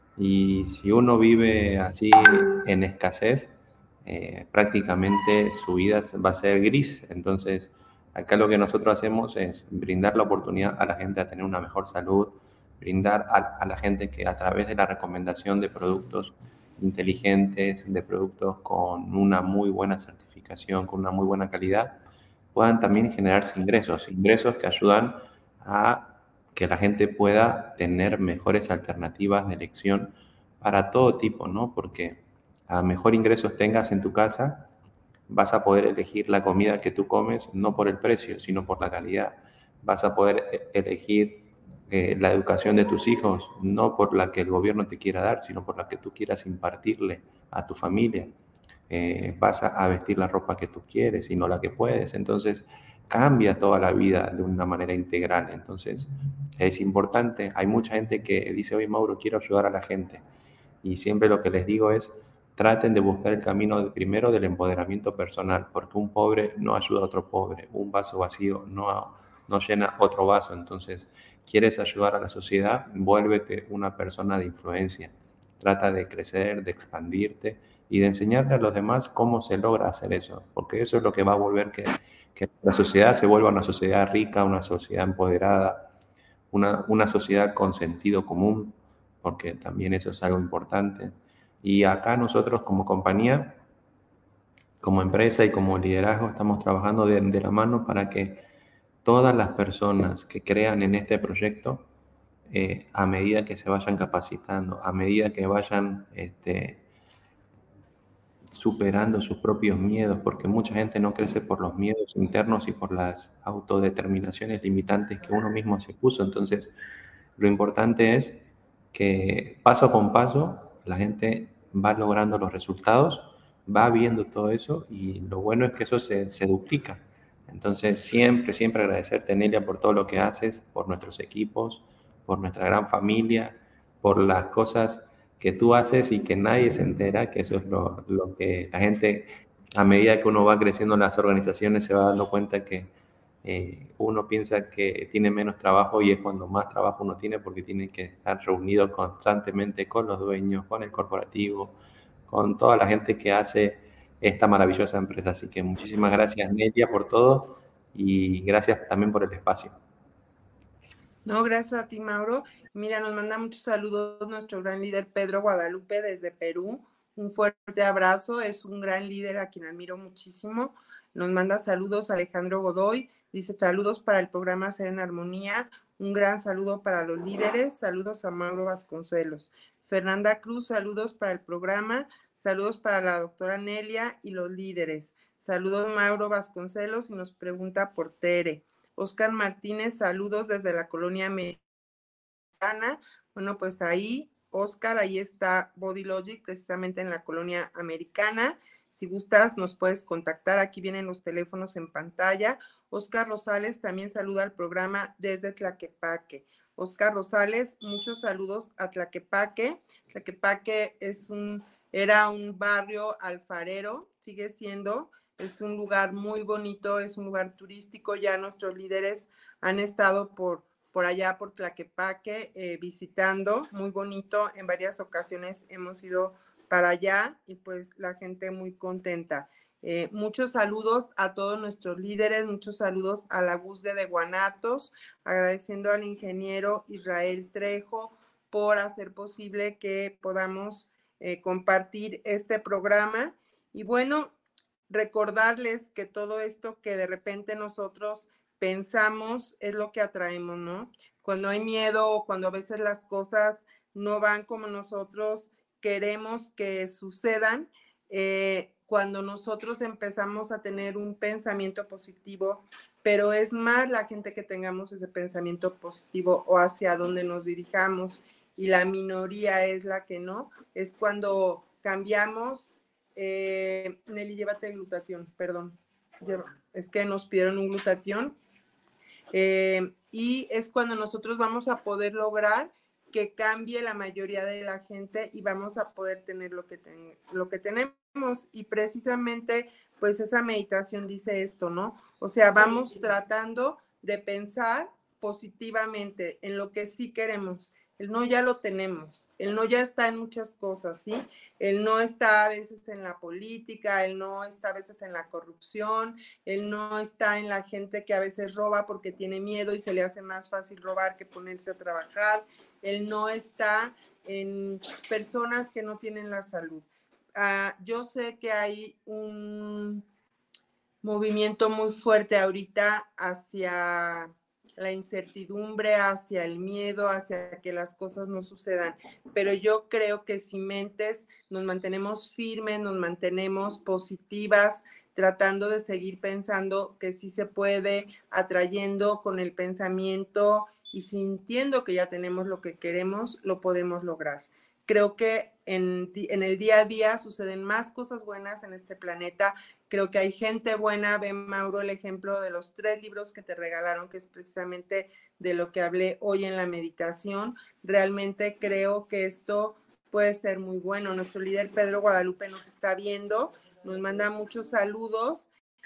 Y si uno vive así en escasez, eh, prácticamente su vida va a ser gris. Entonces, acá lo que nosotros hacemos es brindar la oportunidad a la gente a tener una mejor salud, brindar a, a la gente que a través de la recomendación de productos inteligentes, de productos con una muy buena certificación, con una muy buena calidad, puedan también generarse ingresos, ingresos que ayudan a que la gente pueda tener mejores alternativas de elección para todo tipo, ¿no? Porque a mejor ingresos tengas en tu casa, vas a poder elegir la comida que tú comes, no por el precio, sino por la calidad. vas a poder elegir eh, la educación de tus hijos, no por la que el gobierno te quiera dar, sino por la que tú quieras impartirle a tu familia. Eh, vas a, a vestir la ropa que tú quieres y no la que puedes. Entonces, cambia toda la vida de una manera integral. Entonces, es importante. Hay mucha gente que dice, oye, Mauro, quiero ayudar a la gente. Y siempre lo que les digo es, traten de buscar el camino de, primero del empoderamiento personal, porque un pobre no ayuda a otro pobre, un vaso vacío no, no llena otro vaso. Entonces, ¿quieres ayudar a la sociedad? Vuélvete una persona de influencia. Trata de crecer, de expandirte y de enseñarle a los demás cómo se logra hacer eso, porque eso es lo que va a volver que, que la sociedad se vuelva una sociedad rica, una sociedad empoderada, una, una sociedad con sentido común, porque también eso es algo importante. Y acá nosotros como compañía, como empresa y como liderazgo estamos trabajando de, de la mano para que todas las personas que crean en este proyecto, eh, a medida que se vayan capacitando, a medida que vayan este, superando sus propios miedos, porque mucha gente no crece por los miedos internos y por las autodeterminaciones limitantes que uno mismo se puso. Entonces, lo importante es que paso con paso la gente va logrando los resultados, va viendo todo eso y lo bueno es que eso se, se duplica. Entonces, siempre, siempre agradecerte, Nelia, por todo lo que haces, por nuestros equipos, por nuestra gran familia, por las cosas que tú haces y que nadie se entera, que eso es lo, lo que la gente, a medida que uno va creciendo en las organizaciones, se va dando cuenta que eh, uno piensa que tiene menos trabajo y es cuando más trabajo uno tiene porque tiene que estar reunido constantemente con los dueños, con el corporativo, con toda la gente que hace esta maravillosa empresa. Así que muchísimas gracias, Nelia, por todo y gracias también por el espacio. No, gracias a ti, Mauro. Mira, nos manda muchos saludos nuestro gran líder Pedro Guadalupe desde Perú. Un fuerte abrazo, es un gran líder a quien admiro muchísimo. Nos manda saludos Alejandro Godoy, dice saludos para el programa Ser en Armonía. Un gran saludo para los líderes, saludos a Mauro Vasconcelos. Fernanda Cruz, saludos para el programa, saludos para la doctora Nelia y los líderes. Saludos Mauro Vasconcelos y nos pregunta por Tere. Oscar Martínez, saludos desde la colonia americana. Bueno, pues ahí, Oscar, ahí está Body Logic, precisamente en la colonia americana. Si gustas, nos puedes contactar. Aquí vienen los teléfonos en pantalla. Oscar Rosales también saluda al programa desde Tlaquepaque. Oscar Rosales, muchos saludos a Tlaquepaque. Tlaquepaque es un, era un barrio alfarero, sigue siendo. Es un lugar muy bonito, es un lugar turístico. Ya nuestros líderes han estado por, por allá, por Tlaquepaque, eh, visitando. Muy bonito. En varias ocasiones hemos ido para allá y pues la gente muy contenta. Eh, muchos saludos a todos nuestros líderes, muchos saludos a la U S D de Guanatos, agradeciendo al ingeniero Israel Trejo por hacer posible que podamos eh, compartir este programa. Y bueno, recordarles que todo esto que de repente nosotros pensamos es lo que atraemos, ¿no? Cuando hay miedo o cuando a veces las cosas no van como nosotros queremos que sucedan, eh, cuando nosotros empezamos a tener un pensamiento positivo, pero es más la gente que tengamos ese pensamiento positivo o hacia donde nos dirijamos y la minoría es la que no, es cuando cambiamos. Eh, Nelly, llévate glutatión, perdón. Es que nos pidieron un glutatión. Eh, y es cuando nosotros vamos a poder lograr que cambie la mayoría de la gente y vamos a poder tener lo que, ten, lo que tenemos. Y precisamente, pues esa meditación dice esto, ¿no? O sea, vamos tratando de pensar positivamente en lo que sí queremos. El no ya lo tenemos, el no ya está en muchas cosas, ¿sí? El no está a veces en la política, el no está a veces en la corrupción, el no está en la gente que a veces roba porque tiene miedo y se le hace más fácil robar que ponerse a trabajar, el no está en personas que no tienen la salud. Uh, yo sé que hay un movimiento muy fuerte ahorita hacia la incertidumbre, hacia el miedo, hacia que las cosas no sucedan. Pero yo creo que si mentes nos mantenemos firmes, nos mantenemos positivas, tratando de seguir pensando que sí se puede, atrayendo con el pensamiento y sintiendo que ya tenemos lo que queremos, lo podemos lograr. Creo que en, en el día a día suceden más cosas buenas en este planeta. Creo que hay gente buena. Ve, Mauro, el ejemplo de los tres libros que te regalaron, que es precisamente de lo que hablé hoy en la meditación. Realmente creo que esto puede ser muy bueno. Nuestro líder Pedro Guadalupe nos está viendo, nos manda muchos saludos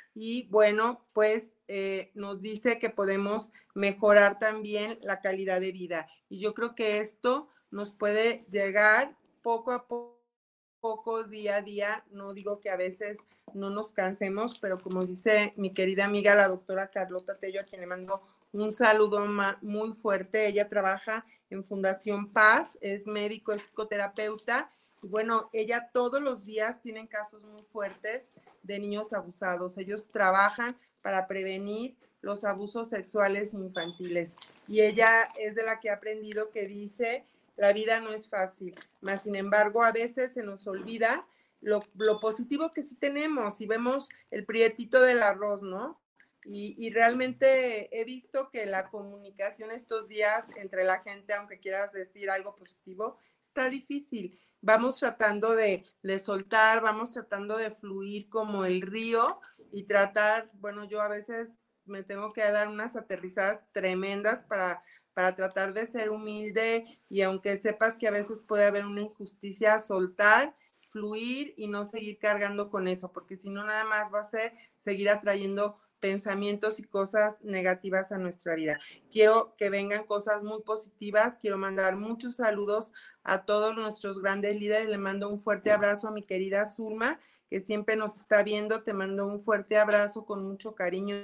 y bueno, pues eh, nos dice que podemos mejorar también la calidad de vida. Y yo creo que esto nos puede llegar poco a poco, poco, día a día. No digo que a veces no nos cansemos, pero como dice mi querida amiga, la doctora Carlota Tello, a quien le mando un saludo muy fuerte. Ella trabaja en Fundación Paz, es médico, es psicoterapeuta. Y bueno, ella todos los días tienen casos muy fuertes de niños abusados. Ellos trabajan para prevenir los abusos sexuales infantiles. Y ella es de la que ha aprendido que dice: la vida no es fácil, mas sin embargo a veces se nos olvida lo, lo positivo que sí tenemos y vemos el prietito del arroz, ¿no? Y, y realmente he visto que la comunicación estos días entre la gente, aunque quieras decir algo positivo, está difícil. Vamos tratando de, de soltar, vamos tratando de fluir como el río y tratar, bueno, yo a veces me tengo que dar unas aterrizadas tremendas para... para tratar de ser humilde y aunque sepas que a veces puede haber una injusticia, soltar, fluir y no seguir cargando con eso, porque si no nada más va a ser seguir atrayendo pensamientos y cosas negativas a nuestra vida. Quiero que vengan cosas muy positivas, quiero mandar muchos saludos a todos nuestros grandes líderes, le mando un fuerte abrazo a mi querida Zulma, que siempre nos está viendo, te mando un fuerte abrazo con mucho cariño,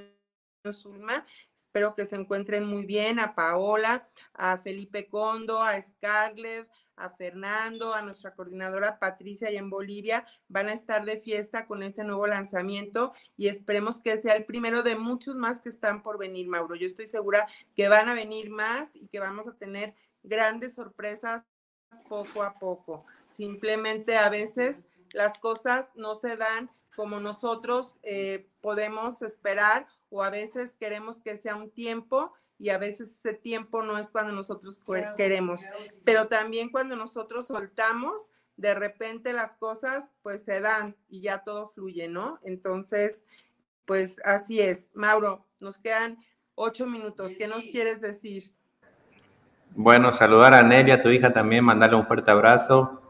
Zulma. Espero que se encuentren muy bien, a Paola, a Felipe Condo, a Scarlett, a Fernando, a nuestra coordinadora Patricia y en Bolivia. Van a estar de fiesta con este nuevo lanzamiento y esperemos que sea el primero de muchos más que están por venir, Mauro. Yo estoy segura que van a venir más y que vamos a tener grandes sorpresas poco a poco. Simplemente a veces las cosas no se dan como nosotros eh, podemos esperar, o a veces queremos que sea un tiempo y a veces ese tiempo no es cuando nosotros queremos, pero también cuando nosotros soltamos, de repente las cosas pues se dan y ya todo fluye, ¿no? Entonces, pues así es. Mauro, nos quedan ocho minutos. ¿Qué nos quieres decir? Bueno, saludar a Nelia, tu hija también, mandarle un fuerte abrazo.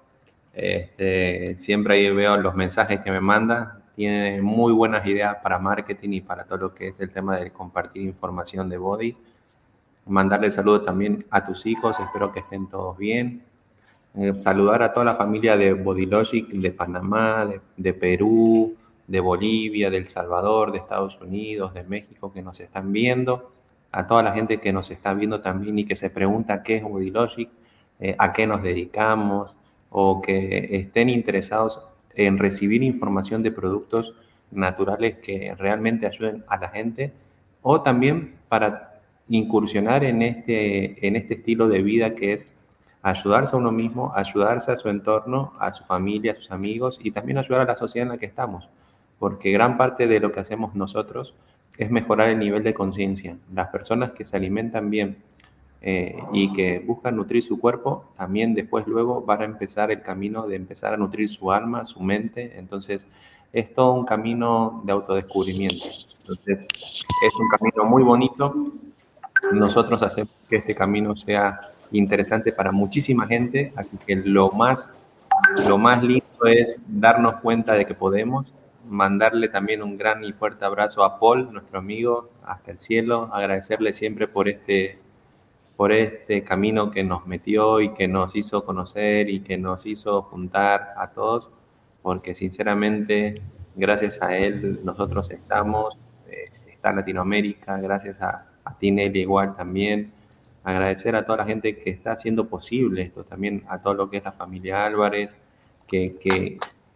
Este, siempre ahí veo los mensajes que me manda. Tiene muy buenas ideas para marketing y para todo lo que es el tema de compartir información de Body. Mandarle saludos también a tus hijos, espero que estén todos bien. Eh, saludar a toda la familia de Body Logic, de Panamá, de, de Perú, de Bolivia, de El Salvador, de Estados Unidos, de México, que nos están viendo. A toda la gente que nos está viendo también y que se pregunta qué es Body Logic, eh, a qué nos dedicamos, o que estén interesados en recibir información de productos naturales que realmente ayuden a la gente, o también para incursionar en este, en este estilo de vida que es ayudarse a uno mismo, ayudarse a su entorno, a su familia, a sus amigos y también ayudar a la sociedad en la que estamos, porque gran parte de lo que hacemos nosotros es mejorar el nivel de conciencia. Las personas que se alimentan bien eh, y que buscan nutrir su cuerpo, también después luego van a empezar el camino de empezar a nutrir su alma, su mente. Entonces es todo un camino de autodescubrimiento. Entonces es un camino muy bonito. Nosotros hacemos que este camino sea interesante para muchísima gente, así que lo más, lo más lindo es darnos cuenta de que podemos. Mandarle también un gran y fuerte abrazo a Paul, nuestro amigo, hasta el cielo, agradecerle siempre por este, por este camino que nos metió y que nos hizo conocer y que nos hizo juntar a todos, porque sinceramente gracias a él nosotros estamos, eh, está Latinoamérica, gracias a, a ti Nelly igual también. Agradecer a toda la gente que está haciendo posible esto, también a todo lo que es la familia Álvarez, que, que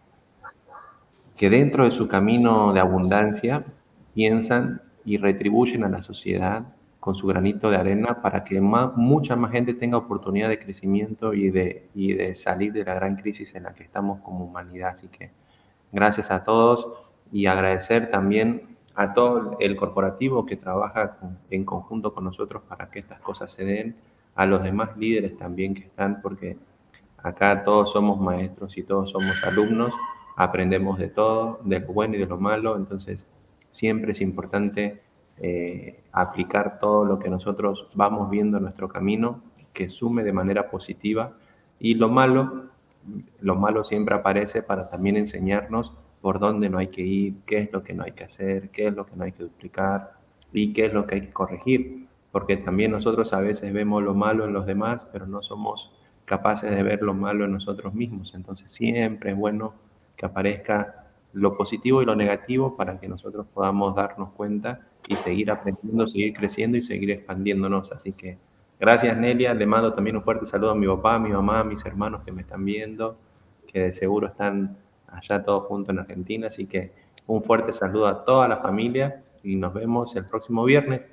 que dentro de su camino de abundancia piensan y retribuyen a la sociedad con su granito de arena para que más, mucha más gente tenga oportunidad de crecimiento y de, y de salir de la gran crisis en la que estamos como humanidad. Así que gracias a todos y agradecer también a todo el corporativo que trabaja con, en conjunto con nosotros para que estas cosas se den, a los demás líderes también que están, porque acá todos somos maestros y todos somos alumnos, aprendemos de todo, de lo bueno y de lo malo, entonces siempre es importante eh, aplicar todo lo que nosotros vamos viendo en nuestro camino, que sume de manera positiva, y lo malo, lo malo siempre aparece para también enseñarnos por dónde no hay que ir, qué es lo que no hay que hacer, qué es lo que no hay que duplicar y qué es lo que hay que corregir, porque también nosotros a veces vemos lo malo en los demás, pero no somos capaces de ver lo malo en nosotros mismos. Entonces siempre es bueno que aparezca lo positivo y lo negativo para que nosotros podamos darnos cuenta y seguir aprendiendo, seguir creciendo y seguir expandiéndonos. Así que gracias, Nelia. Le mando también un fuerte saludo a mi papá, a mi mamá, a mis hermanos que me están viendo, que de seguro están allá todos juntos en Argentina. Así que un fuerte saludo a toda la familia y nos vemos el próximo viernes.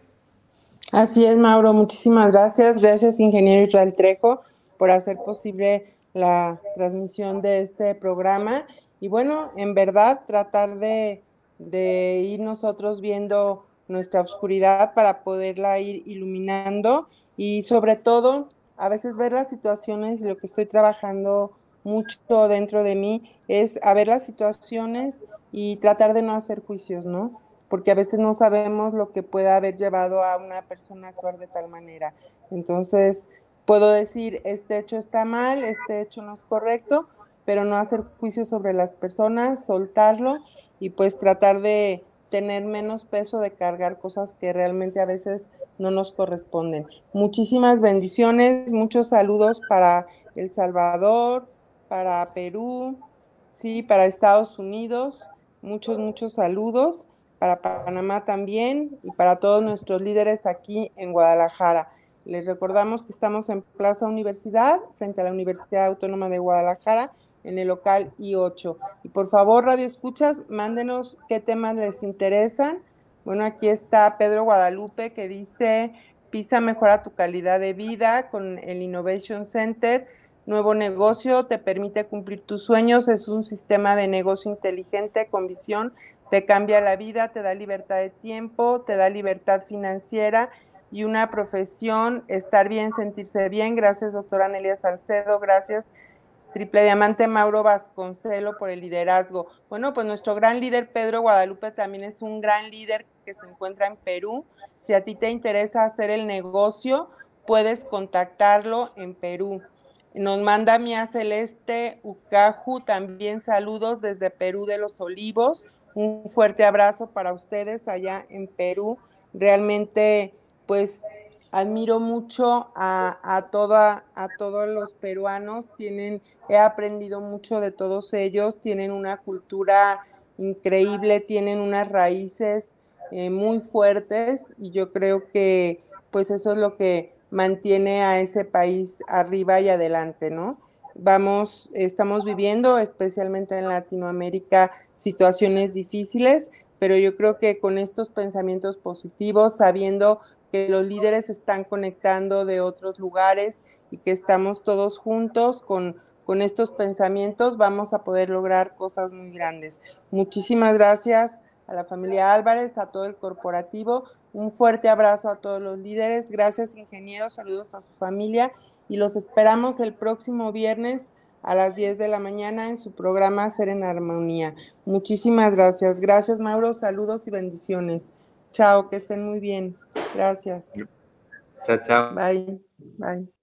Así es, Mauro. Muchísimas gracias. Gracias, ingeniero Israel Trejo, por hacer posible la transmisión de este programa. Y bueno, en verdad, tratar de, de ir nosotros viendo nuestra oscuridad para poderla ir iluminando y sobre todo, a veces ver las situaciones, lo que estoy trabajando mucho dentro de mí es a ver las situaciones y tratar de no hacer juicios, ¿no? Porque a veces no sabemos lo que pueda haber llevado a una persona a actuar de tal manera. Entonces, puedo decir, este hecho está mal, este hecho no es correcto, pero no hacer juicios sobre las personas, soltarlo y pues tratar de tener menos peso de cargar cosas que realmente a veces no nos corresponden. Muchísimas bendiciones, muchos saludos para El Salvador, para Perú, sí, para Estados Unidos, muchos, muchos saludos. Para Panamá también y para todos nuestros líderes aquí en Guadalajara. Les recordamos que estamos en Plaza Universidad, frente a la Universidad Autónoma de Guadalajara, en el local I ocho. Y por favor, Radio Escuchas, mándenos qué temas les interesan. Bueno, aquí está Pedro Guadalupe que dice, Pisa mejora tu calidad de vida con el Innovation Center. Nuevo negocio te permite cumplir tus sueños, es un sistema de negocio inteligente con visión. Te cambia la vida, te da libertad de tiempo, te da libertad financiera y una profesión, estar bien, sentirse bien. Gracias, doctora Nelia Salcedo, gracias, Triple Diamante Mauro Vasconcelo, por el liderazgo. Bueno, pues nuestro gran líder Pedro Guadalupe también es un gran líder que se encuentra en Perú. Si a ti te interesa hacer el negocio, puedes contactarlo en Perú. Nos manda Mía Celeste Ucaju, también saludos desde Perú de los Olivos. Un fuerte abrazo para ustedes allá en Perú. Realmente, pues, admiro mucho a, a, toda, a todos los peruanos. Tienen, he aprendido mucho de todos ellos. Tienen una cultura increíble, tienen unas raíces eh, muy fuertes y yo creo que, pues, eso es lo que mantiene a ese país arriba y adelante, ¿no? Vamos, estamos viviendo, especialmente en Latinoamérica, situaciones difíciles, pero yo creo que con estos pensamientos positivos, sabiendo que los líderes se están conectando de otros lugares y que estamos todos juntos con, con estos pensamientos, vamos a poder lograr cosas muy grandes. Muchísimas gracias a la familia Álvarez, a todo el corporativo, un fuerte abrazo a todos los líderes, gracias ingenieros, saludos a su familia y los esperamos el próximo viernes a las diez de la mañana en su programa Ser en Armonía. Muchísimas gracias. Gracias, Mauro. Saludos y bendiciones. Chao, que estén muy bien. Gracias. Chao, chao. Bye. Bye.